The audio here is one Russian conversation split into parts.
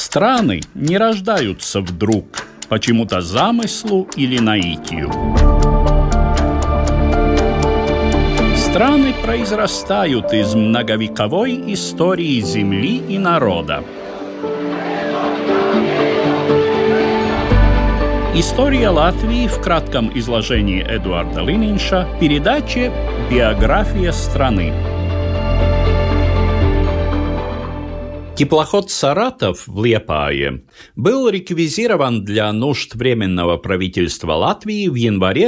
Страны не рождаются вдруг, почему-то замыслу или наитию. Страны произрастают из многовековой истории земли и народа. История Латвии в кратком изложении Эдуарда Лининша в передаче «Биография страны». Теплоход «Саратов» в Лиепае был реквизирован для нужд Временного правительства Латвии в январе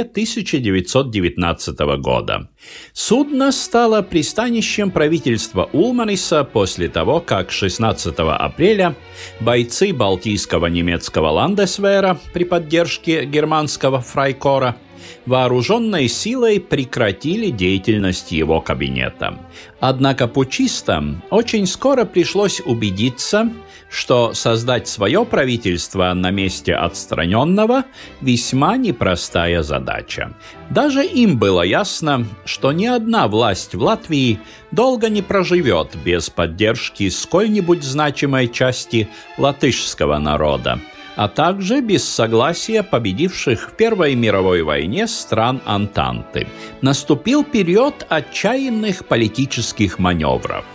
1919 года. Судно стало пристанищем правительства Улманиса после того, как 16 апреля бойцы Балтийского немецкого ландесвера при поддержке германского фрайкора вооруженной силой прекратили деятельность его кабинета. Однако путчистам очень скоро пришлось убедиться, что создать свое правительство на месте отстраненного весьма непростая задача. Даже им было ясно, что ни одна власть в Латвии долго не проживет без поддержки сколь-нибудь значимой части латышского народа, а также без согласия победивших в Первой мировой войне стран Антанты. Наступил период отчаянных политических маневров.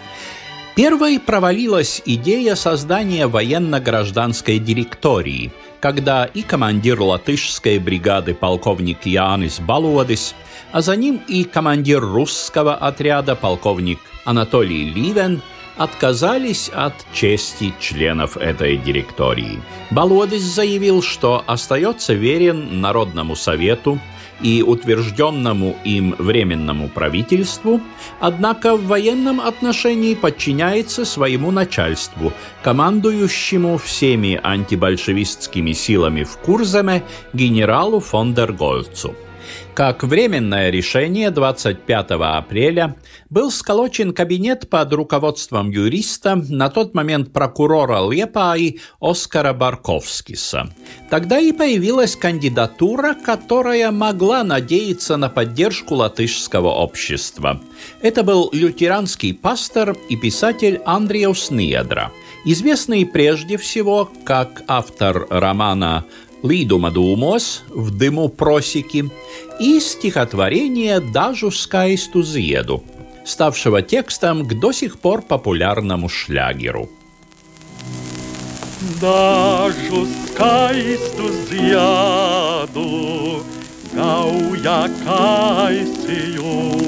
Первой провалилась идея создания военно-гражданской директории, когда и командир латышской бригады полковник Jānis Balodis, а за ним и командир русского отряда полковник Анатолий Ливен отказались от чести членов этой директории. Балодис заявил, что остается верен Народному совету и утвержденному им Временному правительству, однако в военном отношении подчиняется своему начальству, командующему всеми антибольшевистскими силами в Курземе генералу фон дер Гольцу. Как временное решение 25 апреля был сколочен кабинет под руководством юриста, на тот момент прокурора Лиепаи Оскара Барковскиса. Тогда и появилась кандидатура, которая могла надеяться на поддержку латышского общества. Это был лютеранский пастор и писатель Andrievs Niedra, известный прежде всего как автор романа «Līduma dūmos» в дыму просеки и стихотворение «Dažu skaistu ziedu», ставшего текстом к до сих пор популярному шлягеру. Dažu skaistu ziedu gauja kaisiju,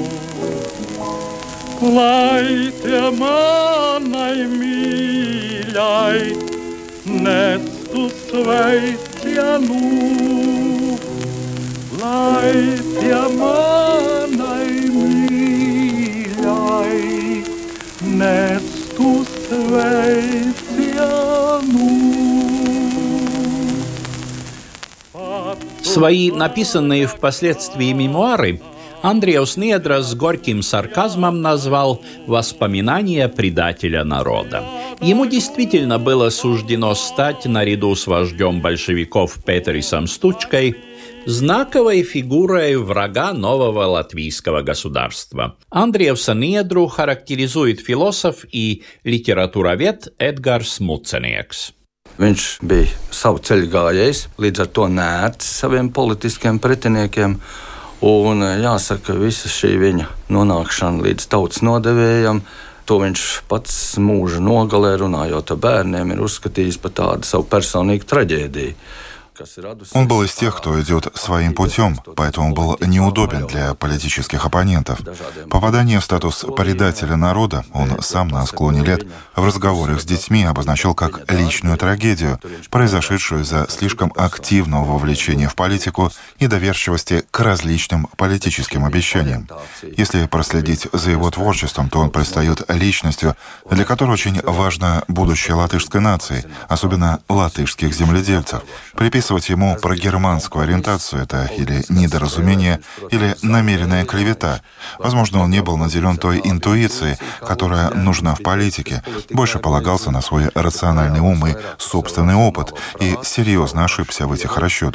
lai tie manai mīļai nestu sveicienu, lai tie manai mīļai nestu sveicienu. Свои написанные впоследствии мемуары Andrievs Niedra с горьким сарказмом назвал «Воспоминания предателя народа». Ему действительно было суждено стать, наряду с вождем большевиков Петерисом Стучкой, знаковой фигурой врага нового латвийского государства. Andrievsa Niedru характеризует философ и литературовед Эдгарс Mucenieks. Viņš bija savu ceļu gājējs, līdz ar to neērts saviem politiskiem pretiniekiem. Un jāsaka, visa šī viņa nonākšana līdz tautas nodevējam, to viņš pats mūža nogalē, runājot ar bērniem, ir uzskatījis par tādu savu personīgu traģēdiju. Он был из тех, кто идет своим путем, поэтому был неудобен для политических оппонентов. Попадание в статус предателя народа он сам на склоне лет в разговорах с детьми обозначил как личную трагедию, произошедшую из-за слишком активного вовлечения в политику и доверчивости к различным политическим обещаниям. Если проследить за его творчеством, то он предстает личностью, для которой очень важно будущее латышской нации, особенно латышских земледельцев. Приписывать ему прогерманскую ориентацию — это или недоразумение, или намеренная клевета. Возможно, он не был наделен той интуицией, которая нужна в политике, больше полагался на свой рациональный ум и собственный опыт, и серьезно ошибся в этих расчетах.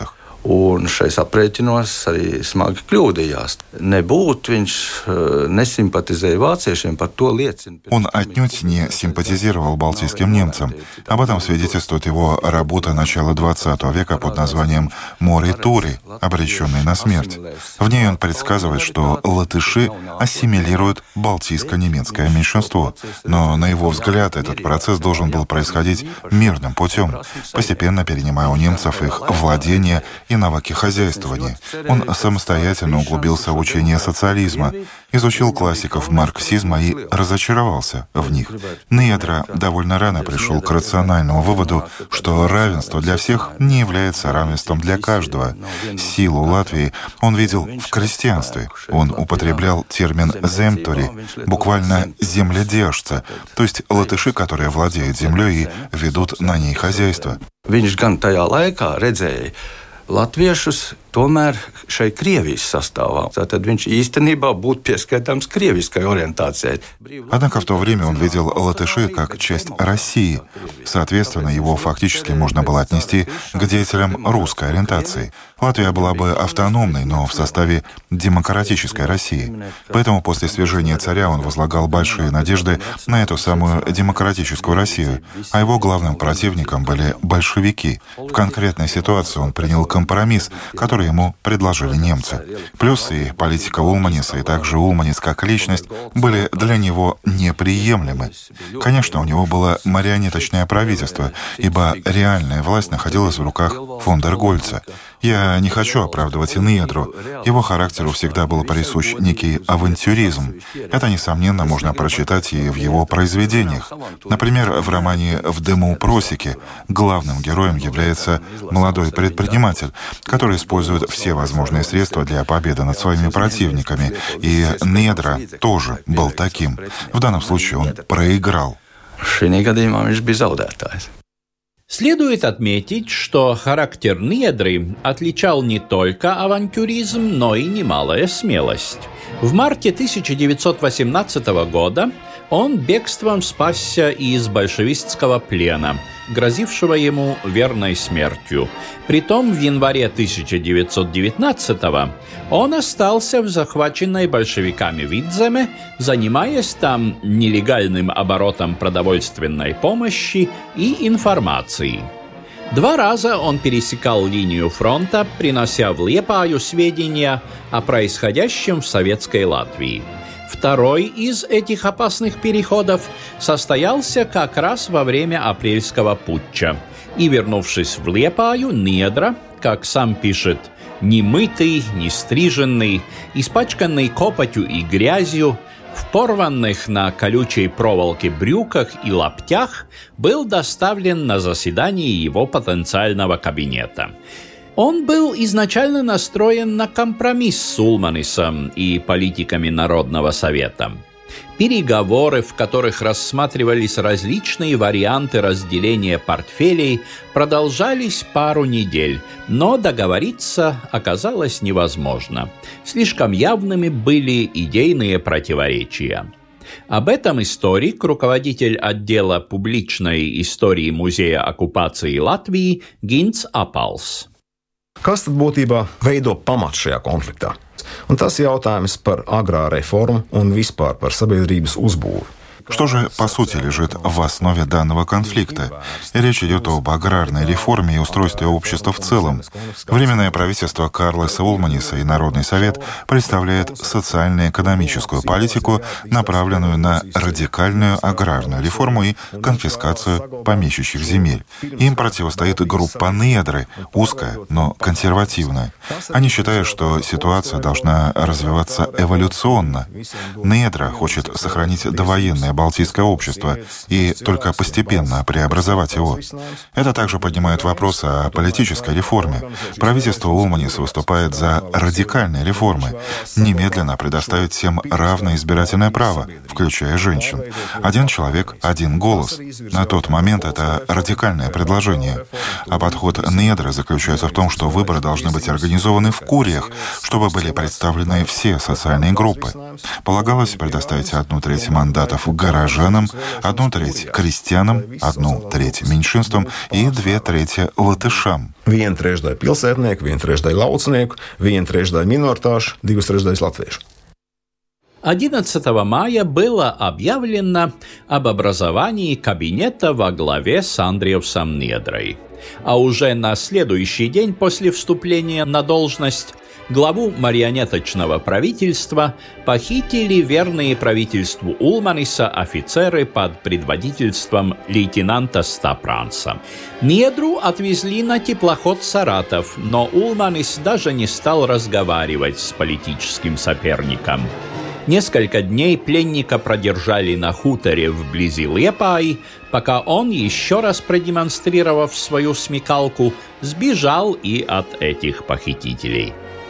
Un šais aprēķinos arī smagi kļūdījās. Nebūtu viņš несимпатизēja вāciešiem, par то liecina. Он отнюдь не симпатизировал балтийским немцам. Об этом свидетельствует его работа начала XX века под названием «Море Тури», обреченный на смерть. В ней он предсказывает, что латыши ассимилируют балтийско-немецкое меньшинство. Но, на его взгляд, этот процесс должен был происходить мирным путем, постепенно перенимая у немцев их владения и навыки хозяйствования. Он самостоятельно углубился в учение социализма, изучил классиков марксизма и разочаровался в них. Недра довольно рано пришел к рациональному выводу, что равенство для всех не является равенством для каждого. Силу Латвии он видел в крестьянстве. Он употреблял термин «земтори», буквально «земледержца», то есть латыши, которые владеют землей и ведут на ней хозяйство. Viņš gan tajā laikā redzēja latviešus tomēr šai Krievijas sastāvā. Tātad viņš īstenībā būtu pieskaitāms krieviskai ориентации. Однако в то время он видел латышей как часть России. Соответственно, его фактически можно было отнести к деятелям русской ориентации. Латвия была бы автономной, но в составе демократической России. Поэтому после свержения царя он возлагал большие надежды на эту самую демократическую Россию, а его главным противником были большевики. В конкретной ситуации он принял компромисс, который ему предложили немцы. Плюс и политика Улманиса, и также Улманис как личность были для него неприемлемы. Конечно, у него было марионеточное правительство, ибо реальная власть находилась в руках фон дер Гольца. Я не хочу оправдывать Недру. Его характеру всегда был присущ некий авантюризм. Это, несомненно, можно прочитать и в его произведениях. Например, в романе «В дыму просеки» главным героем является молодой предприниматель, который использует все возможные средства для победы над своими противниками. И Недра тоже был таким. В данном случае он проиграл. Следует отметить, что характер Недры отличал не только авантюризм, но и немалая смелость. В марте 1918 года он бегством спасся из большевистского плена, грозившего ему верной смертью. Притом в январе 1919-го он остался в захваченной большевиками Видземе, занимаясь там нелегальным оборотом продовольственной помощи и информации. 2 раза он пересекал линию фронта, принося в Лиепаю сведения о происходящем в советской Латвии. Второй из этих опасных переходов состоялся как раз во время апрельского путча. И, вернувшись в Лиепаю, Недра, как сам пишет, немытый, нестриженный, испачканный копотью и грязью, в порванных на колючей проволоке брюках и лаптях, был доставлен на заседание его потенциального кабинета. Он был изначально настроен на компромисс с Улманисом и политиками Народного совета. Переговоры, в которых рассматривались различные варианты разделения портфелей, продолжались пару недель, но договориться оказалось невозможно. Слишком явными были идейные противоречия. Об этом историк, руководитель отдела публичной истории Музея оккупации Латвии Gints Apals. Kas tad būtībā veido pamatu šajā konfliktā? Un tas jautājums par agrā reformu un vispār par sabiedrības uzbūvi. Что же, по сути, лежит в основе данного конфликта? Речь идет об аграрной реформе и устройстве общества в целом. Временное правительство Карлеса Улманиса и Народный совет представляет социально-экономическую политику, направленную на радикальную аграрную реформу и конфискацию помещичьих земель. Им противостоит группа Недры, узкая, но консервативная. Они считают, что ситуация должна развиваться эволюционно. Недра хочет сохранить довоенное балтийское общество и только постепенно преобразовать его. Это также поднимает вопрос о политической реформе. Правительство Улманиса выступает за радикальные реформы. Немедленно предоставить всем равное избирательное право, включая женщин. 1 человек, 1 голос. На тот момент это радикальное предложение. А подход Недры заключается в том, что выборы должны быть организованы в куриях, чтобы были представлены все социальные группы. Полагалось предоставить 1/3 мандатов горожанам, 1/3 крестьянам, 1/3 меньшинствам и 2/3 латышам. 1/3 pilsētnieku, 1/3 laucinieku, 1/3 minoritāšu, 2/3 latviešu. 11 мая было объявлено об образовании кабинета во главе с Андриевсом Недрой. А уже на следующий день после вступления на должность главу марионеточного правительства похитили верные правительству Улманиса офицеры под предводительством лейтенанта Стапранца. Недру отвезли на теплоход «Саратов», но Улманис даже не стал разговаривать с политическим соперником. Несколько дней пленника продержали на хуторе вблизи Лиепаи, пока он, еще раз продемонстрировав свою смекалку, сбежал и от этих похитителей.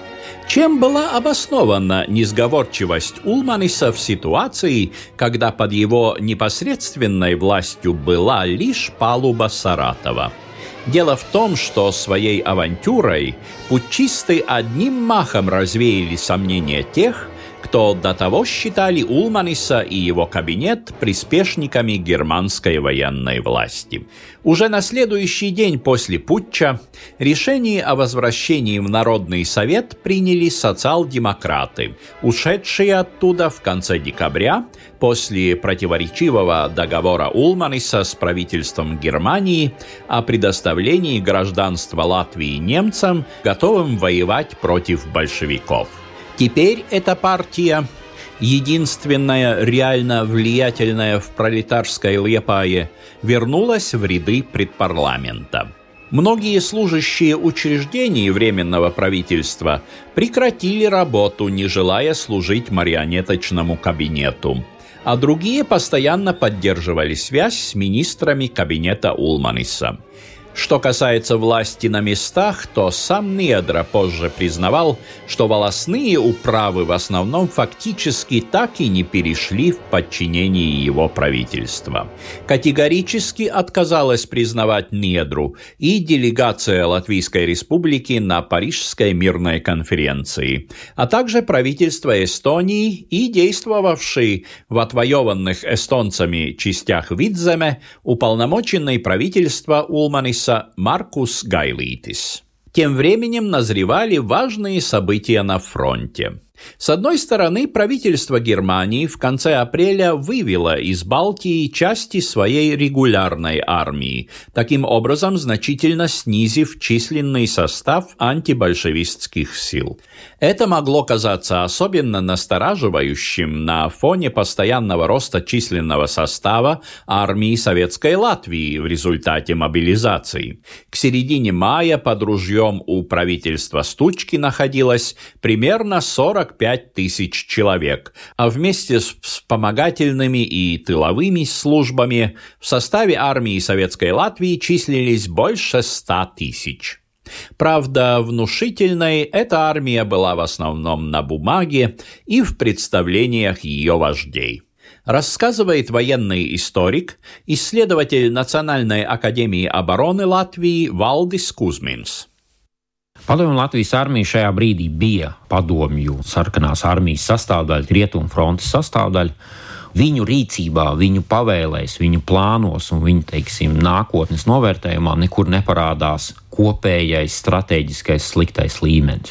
Чем была обоснована несговорчивость Улманиса в ситуации, когда под его непосредственной властью была лишь палуба Саратова? Дело в том, что своей авантюрой путчисты одним махом развеяли сомнения тех, кто до того считали Улманиса и его кабинет приспешниками германской военной власти. Уже на следующий день после путча решение о возвращении в Народный совет приняли социал-демократы, ушедшие оттуда в конце декабря после противоречивого договора Улманиса с правительством Германии о предоставлении гражданства Латвии немцам, готовым воевать против большевиков. Теперь эта партия, единственная реально влиятельная в пролетарской Лиепае, вернулась в ряды предпарламента. Многие служащие учреждений Временного правительства прекратили работу, не желая служить марионеточному кабинету, а другие постоянно поддерживали связь с министрами кабинета Улманиса. Что касается власти на местах, то сам Недра позже признавал, что волостные управы в основном фактически так и не перешли в подчинение его правительства. Категорически отказалась признавать Недру и делегация Латвийской Республики на Парижской мирной конференции, а также правительство Эстонии и действовавший в отвоеванных эстонцами частях Видземе уполномоченный правительства Улманиса Маркус Гайлитис. Тем временем назревали важные события на фронте. С одной стороны, правительство Германии в конце апреля вывело из Балтии части своей регулярной армии, таким образом значительно снизив численный состав антибольшевистских сил. Это могло казаться особенно настораживающим на фоне постоянного роста численного состава армии Советской Латвии в результате мобилизации. К середине мая под ружьем у правительства Стучки находилось примерно 45 тысяч человек, а вместе с вспомогательными и тыловыми службами в составе армии Советской Латвии числились больше 100 тысяч. Правда, внушительной эта армия была в основном на бумаге и в представлениях ее вождей. Рассказывает военный историк, исследователь Национальной академии обороны Латвии Valdis Kusmins. Padomju Latvijas armija šajā brīdī bija padomju sarkanās armijas sastāvdaļa, rietumu frontes sastāvdaļa. Viņu rīcībā, viņu pavēlēs, viņu plānos un viņu, teiksim, nākotnes novērtējumā nekur neparādās kopējais strateģiskais sliktais līmenis.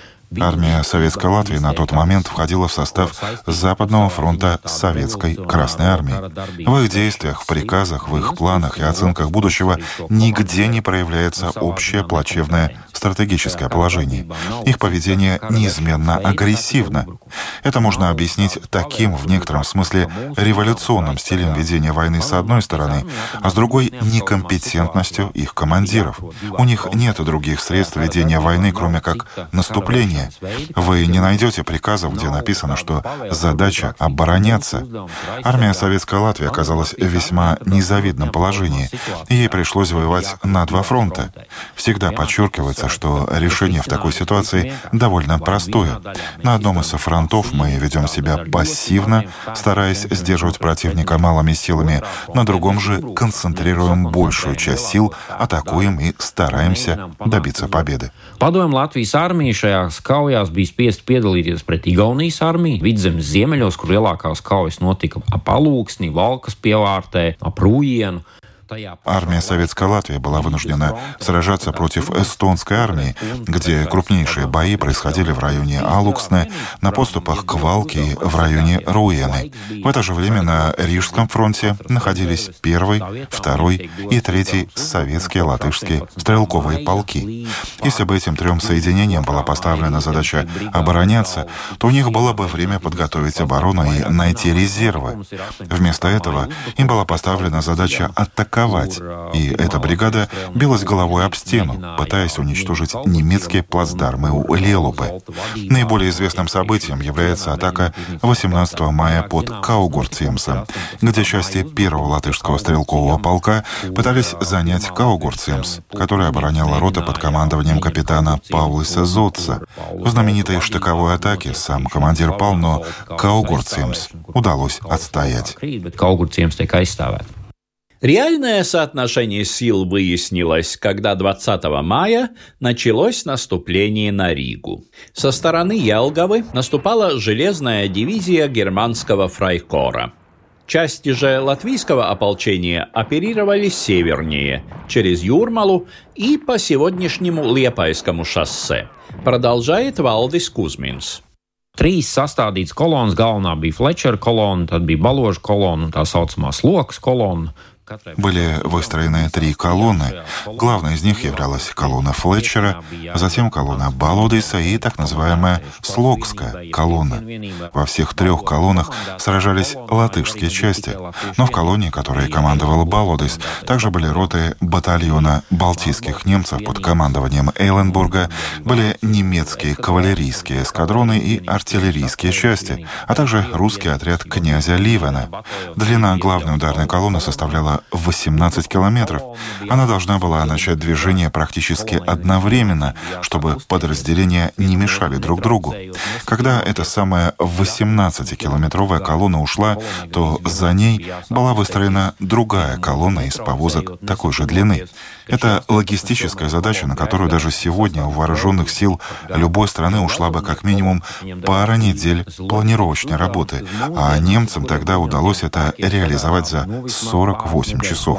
Армия Советской Латвии на тот момент входила в состав Западного фронта Советской Красной Армии. В их действиях, в приказах, в их планах и оценках будущего нигде не проявляется общее плачевное стратегическое положение. Их поведение неизменно агрессивно. Это можно объяснить таким, в некотором смысле, революционным стилем ведения войны с одной стороны, а с другой — некомпетентностью их командиров. У них нет других средств ведения войны, кроме как наступления. Вы не найдете приказов, где написано, что задача — обороняться. Армия Советской Латвии оказалась в весьма незавидном положении. Ей пришлось воевать на два фронта. Всегда подчеркивается, что решение в такой ситуации довольно простое. На одном из фронтов мы ведем себя пассивно, стараясь сдерживать противника малыми силами, на другом же концентрируем большую часть сил, атакуем и стараемся добиться победы. Padomju Latvijas armija šajā kaujās bija spiests piedalīties pret Igaunijas armiju, Vidzemes ziemeļos, kur lielākās kaujas notika ap Alūksni, Valkas pievārtē, ap Rūjienu. Армия Советской Латвии была вынуждена сражаться против эстонской армии, где крупнейшие бои происходили в районе Алуксны, на подступах к Валке и в районе Руены. В это же время на Рижском фронте находились 1-й, 2-й и 3-й советские латышские стрелковые полки. Если бы этим 3 соединениям была поставлена задача обороняться, то у них было бы время подготовить оборону и найти резервы. Вместо этого им была поставлена задача атаковать, и эта бригада билась головой об стену, пытаясь уничтожить немецкие плацдармы у Лелупы. Наиболее известным событием является атака 18 мая под Каугурцемсом, где части 1-го латышского стрелкового полка пытались занять Каугурцемс, который обороняла рота под командованием капитана Паулиса Зодца. В знаменитой штыковой атаке сам командир пал, но Каугурцемс удалось отстоять. Реальное соотношение сил выяснилось, когда 20 мая началось наступление на Ригу. Со стороны Елгавы наступала железная дивизия германского фрайкора. Части же латвийского ополчения оперировали севернее, через Юрмалу и по сегодняшнему Liepājskому шоссе. Продолжает Valdis Kuzmins. 3 sastādītas kolonas, galvenā bija Flečera kolona, tad bija Baloža kolona un tā saucamā Slokas kolona. Были выстроены 3 колонны. Главной из них являлась колонна Флетчера, затем колонна Балодиса и так называемая Слокская колонна. Во всех 3 колоннах сражались латышские части, но в колонне, которой командовал Балодис, также были роты батальона балтийских немцев под командованием Эйленбурга, были немецкие кавалерийские эскадроны и артиллерийские части, а также русский отряд князя Ливена. Длина главной ударной колонны составляла 18 километров. Она должна была начать движение практически одновременно, чтобы подразделения не мешали друг другу. Когда эта самая 18-километровая колонна ушла, то за ней была выстроена другая колонна из повозок такой же длины. Это логистическая задача, на которую даже сегодня у вооруженных сил любой страны ушла бы как минимум пара недель планировочной работы, а немцам тогда удалось это реализовать за 48 часов.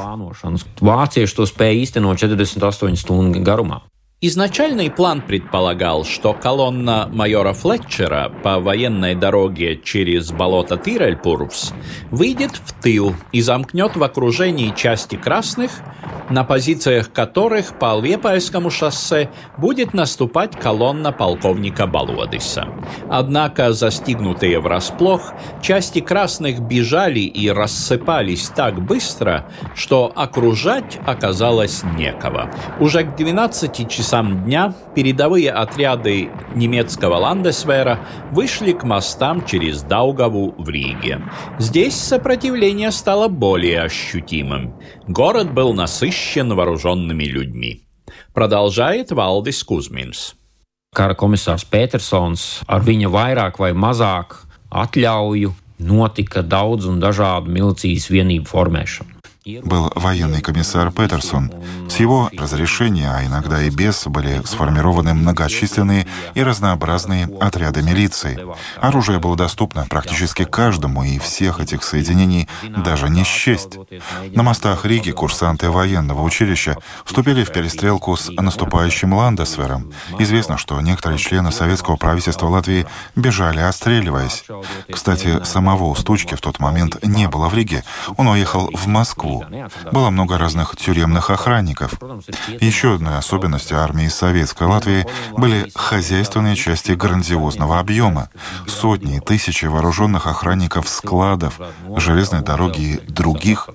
Изначальный план предполагал, что колонна майора Флетчера по военной дороге через болото Тирельпурвс выйдет в тыл и замкнет в окружении части красных, на позициях которых по Liepājskому шоссе будет наступать колонна полковника Балодиса. Однако, застигнутые врасплох, части красных бежали и рассыпались так быстро, что окружать оказалось некого. Уже к 12 часам дня передовые отряды немецкого Ландесвера вышли к мостам через Даугаву в Риге. Здесь сопротивление стало более ощутимым. Город был насыщен вооруженными людьми. Продолжает Valdis Kuzmins. Kara komisārs Petersons ar viņa vairāk vai mazāk atļauju notika daudz un dažādu milicijas vienību formēšanu. Был военный комиссар Петерсон. С его разрешения, а иногда и без, были сформированы многочисленные и разнообразные отряды милиции. Оружие было доступно практически каждому, и всех этих соединений даже не счесть. На мостах Риги курсанты военного училища вступили в перестрелку с наступающим Ландесвером. Известно, что некоторые члены советского правительства Латвии бежали, отстреливаясь. Кстати, самого Устучки в тот момент не было в Риге. Он уехал в Москву. Было много разных тюремных охранников. Еще одной особенностью армии Советской Латвии были хозяйственные части грандиозного объема. Сотни и тысячи вооруженных охранников складов, железной дороги и других.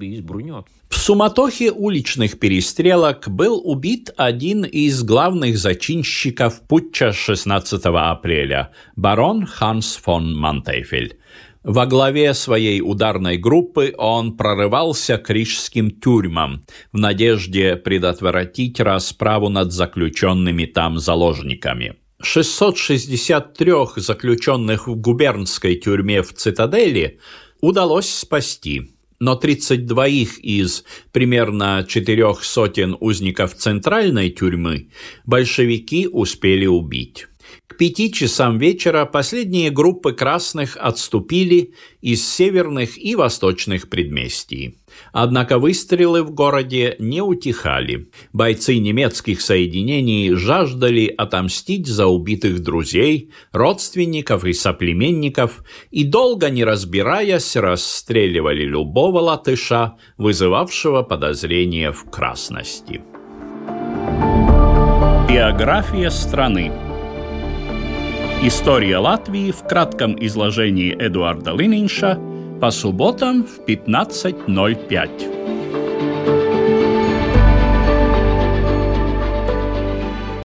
В суматохе уличных перестрелок был убит один из главных зачинщиков путча 16 апреля – барон Ханс фон Мантефель. Во главе своей ударной группы он прорывался к рижским тюрьмам в надежде предотвратить расправу над заключенными там заложниками. 663 заключенных в губернской тюрьме в Цитадели удалось спасти, но 32 из примерно 400 узников центральной тюрьмы большевики успели убить. К 5 часам вечера последние группы красных отступили из северных и восточных предместий. Однако выстрелы в городе не утихали. Бойцы немецких соединений жаждали отомстить за убитых друзей, родственников и соплеменников и, долго не разбираясь, расстреливали любого латыша, вызывавшего подозрения в красности. Биография страны. История Латвии в кратком изложении Эдуарда Лининша по субботам в 15:05.